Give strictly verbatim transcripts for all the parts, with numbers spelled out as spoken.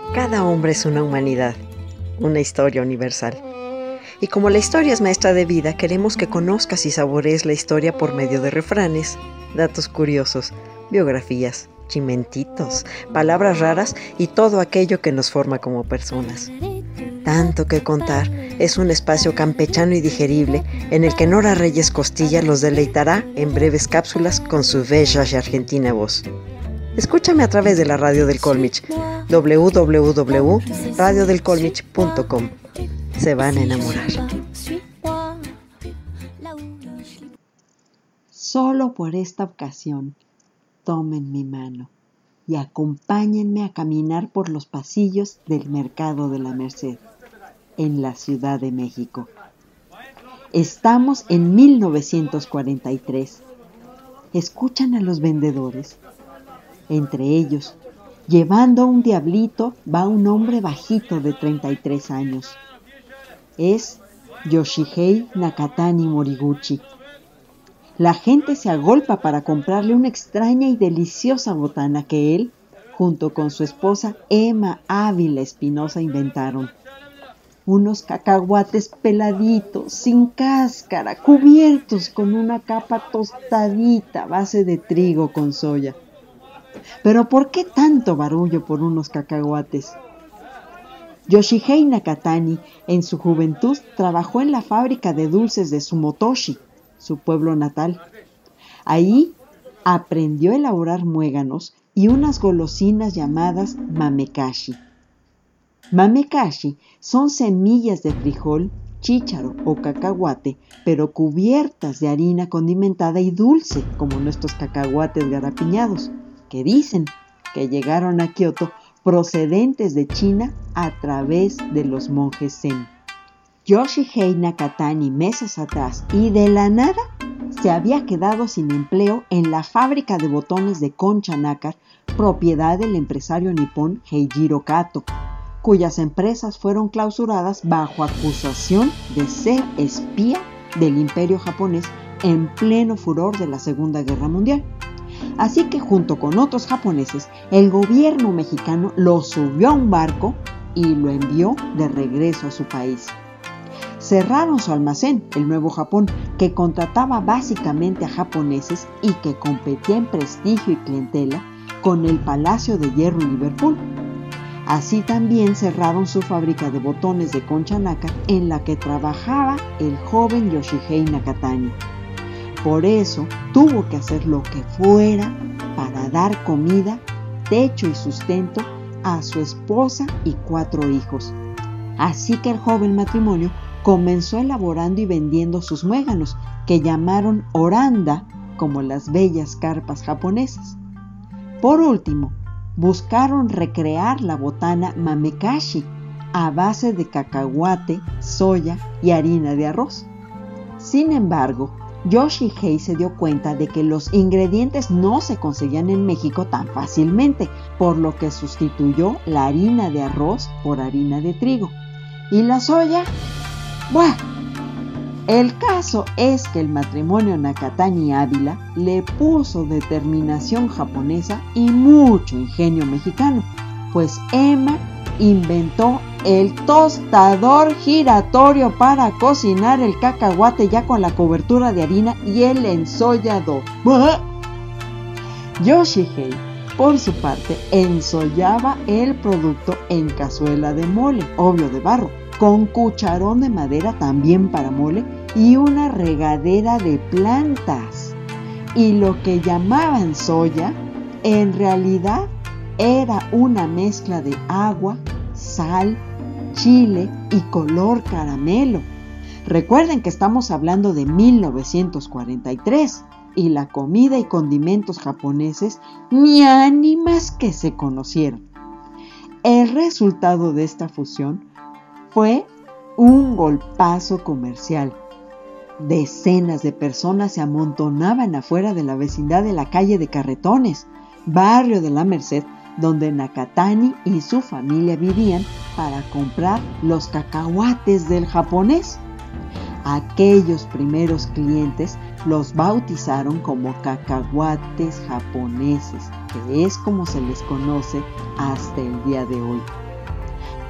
Cada hombre es una humanidad, una historia universal. Y como la historia es maestra de vida, queremos que conozcas y saborees la historia por medio de refranes, datos curiosos, biografías, chimentitos, palabras raras y todo aquello que nos forma como personas. Tanto que contar es un espacio campechano y digerible en el que Nora Reyes Costilla los deleitará en breves cápsulas con su bella y argentina voz. Escúchame a través de la radio del Colmich, doble u doble u doble u punto radio del colmich punto com. Se van a enamorar. Solo por esta ocasión, tomen mi mano y acompáñenme a caminar por los pasillos del Mercado de la Merced, en la Ciudad de México. Estamos en mil novecientos cuarenta y tres. ¿Escuchan a los vendedores? Entre ellos, llevando a un diablito, va un hombre bajito de treinta y tres años. Es Yoshihei Nakatani Moriguchi. La gente se agolpa para comprarle una extraña y deliciosa botana que él, junto con su esposa Emma Ávila Espinosa, inventaron. Unos cacahuates peladitos, sin cáscara, cubiertos con una capa tostadita a base de trigo con soya. Pero ¿por qué tanto barullo por unos cacahuates? Yoshihei Nakatani, en su juventud, trabajó en la fábrica de dulces de Sumotoshi, su pueblo natal. Ahí aprendió a elaborar muéganos y unas golosinas llamadas mamekashi. Mamekashi son semillas de frijol, chícharo o cacahuate, pero cubiertas de harina condimentada y dulce, como nuestros cacahuates garapiñados, que dicen que llegaron a Kioto procedentes de China a través de los monjes zen. Yoshihei Nakatani, meses atrás y de la nada, se había quedado sin empleo en la fábrica de botones de Concha Nácar, propiedad del empresario nipón Heijiro Kato, cuyas empresas fueron clausuradas bajo acusación de ser espía del imperio japonés en pleno furor de la Segunda Guerra Mundial. Así que junto con otros japoneses, el gobierno mexicano lo subió a un barco y lo envió de regreso a su país. Cerraron su almacén, el Nuevo Japón, que contrataba básicamente a japoneses y que competía en prestigio y clientela con el Palacio de Hierro en Liverpool. Así también cerraron su fábrica de botones de Concha Nácar, en la que trabajaba el joven Yoshihei Nakatani. Por eso tuvo que hacer lo que fuera para dar comida, techo y sustento a su esposa y cuatro hijos. Así que el joven matrimonio comenzó elaborando y vendiendo sus muéganos, que llamaron oranda, como las bellas carpas japonesas. Por último, buscaron recrear la botana mamekashi a base de cacahuate, soya y harina de arroz. Sin embargo, Yoshihei se dio cuenta de que los ingredientes no se conseguían en México tan fácilmente, por lo que sustituyó la harina de arroz por harina de trigo. ¿Y la soya? Bueno, el caso es que el matrimonio Nakatani Ávila le puso determinación japonesa y mucho ingenio mexicano, pues Emma inventó el tostador giratorio para cocinar el cacahuate ya con la cobertura de harina y el ensollador. Yoshihei, por su parte, ensollaba el producto en cazuela de mole, obvio de barro, con cucharón de madera también para mole y una regadera de plantas. Y lo que llamaban soya, en realidad era una mezcla de agua, sal, chile y color caramelo. Recuerden que estamos hablando de mil novecientos cuarenta y tres y la comida y condimentos japoneses ni ánimas que se conocieron. El resultado de esta fusión fue un golpazo comercial. Decenas de personas se amontonaban afuera de la vecindad de la calle de Carretones, barrio de la Merced, donde Nakatani y su familia vivían, para comprar los cacahuates del japonés. Aquellos primeros clientes los bautizaron como cacahuates japoneses, que es como se les conoce hasta el día de hoy.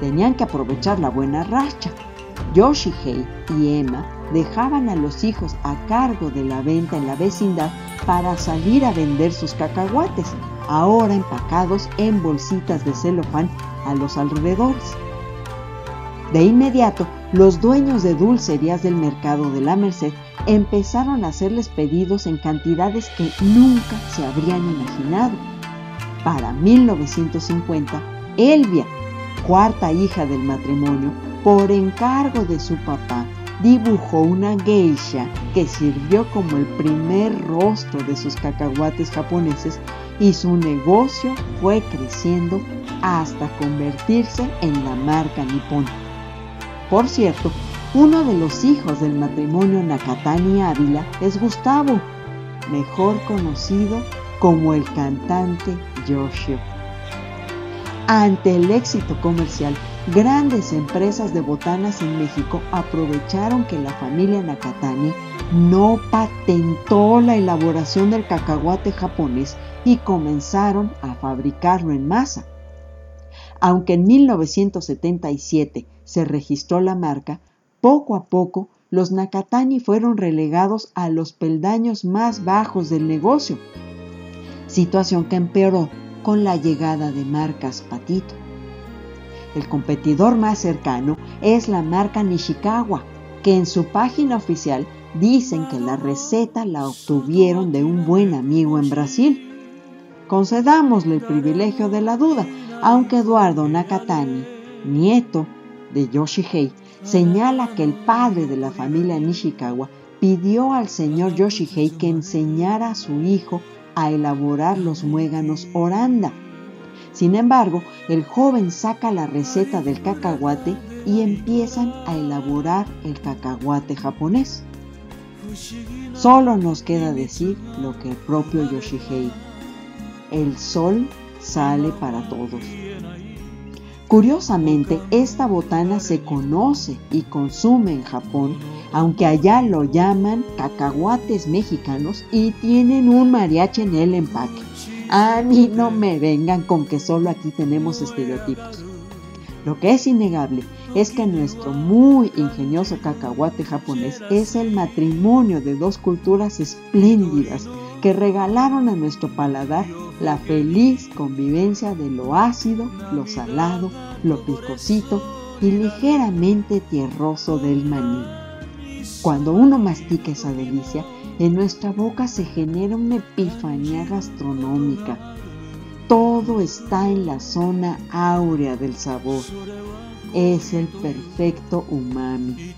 Tenían que aprovechar la buena racha. Yoshihei y Emma dejaban a los hijos a cargo de la venta en la vecindad para salir a vender sus cacahuates, ahora empacados en bolsitas de celofán a los alrededores. De inmediato, los dueños de dulcerías del mercado de la Merced empezaron a hacerles pedidos en cantidades que nunca se habrían imaginado. Para mil novecientos cincuenta, Elvia, cuarta hija del matrimonio, por encargo de su papá, dibujó una geisha que sirvió como el primer rostro de sus cacahuates japoneses y su negocio fue creciendo hasta convertirse en la marca Nippon. Por cierto, uno de los hijos del matrimonio Nakatani Ávila es Gustavo, mejor conocido como el cantante Yoshio. Ante el éxito comercial, grandes empresas de botanas en México aprovecharon que la familia Nakatani no patentó la elaboración del cacahuate japonés y comenzaron a fabricarlo en masa. Aunque en mil novecientos setenta y siete se registró la marca, poco a poco los Nakatani fueron relegados a los peldaños más bajos del negocio, situación que empeoró con la llegada de marcas Patito. El competidor más cercano es la marca Nishikawa, que en su página oficial dicen que la receta la obtuvieron de un buen amigo en Brasil. Concedámosle el privilegio de la duda, aunque Eduardo Nakatani, nieto de Yoshihei, señala que el padre de la familia Nishikawa pidió al señor Yoshihei que enseñara a su hijo a elaborar los muéganos Oranda. Sin embargo, el joven saca la receta del cacahuate y empiezan a elaborar el cacahuate japonés. Solo nos queda decir lo que el propio Yoshihei: el sol sale para todos. Curiosamente, esta botana se conoce y consume en Japón, aunque allá lo llaman cacahuates mexicanos y tienen un mariachi en el empaque. A mí no me vengan con que solo aquí tenemos estereotipos. Lo que es innegable es que nuestro muy ingenioso cacahuate japonés es el matrimonio de dos culturas espléndidas que regalaron a nuestro paladar la feliz convivencia de lo ácido, lo salado, lo picosito y ligeramente tierroso del maní. Cuando uno mastica esa delicia, en nuestra boca se genera una epifanía gastronómica. Todo está en la zona áurea del sabor. Es el perfecto umami.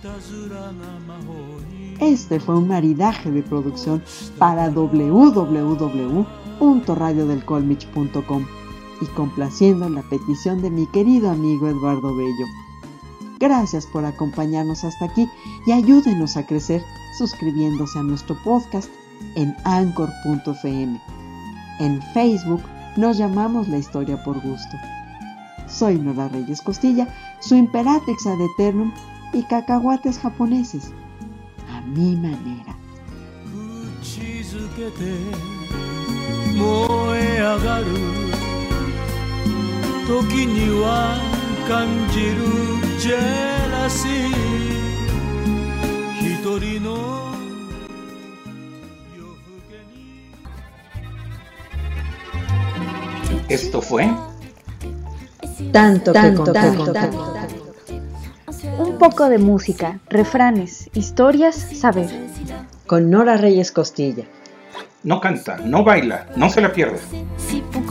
Este fue un maridaje de producción para doble u doble u doble u punto radio del colmich punto com y complaciendo la petición de mi querido amigo Eduardo Bello. Gracias por acompañarnos hasta aquí y ayúdenos a crecer suscribiéndose a nuestro podcast en anchor punto efe eme. En Facebook nos llamamos La Historia por Gusto. Soy Nora Reyes Costilla, su imperatrix ad eternum y cacahuates japoneses a mi manera. Esto fue Tanto, Tanto, que contar. tanto, tanto. Un poco de música, refranes, historias, saber. Con Nora Reyes Costilla. No canta, no baila, no se la pierda. Si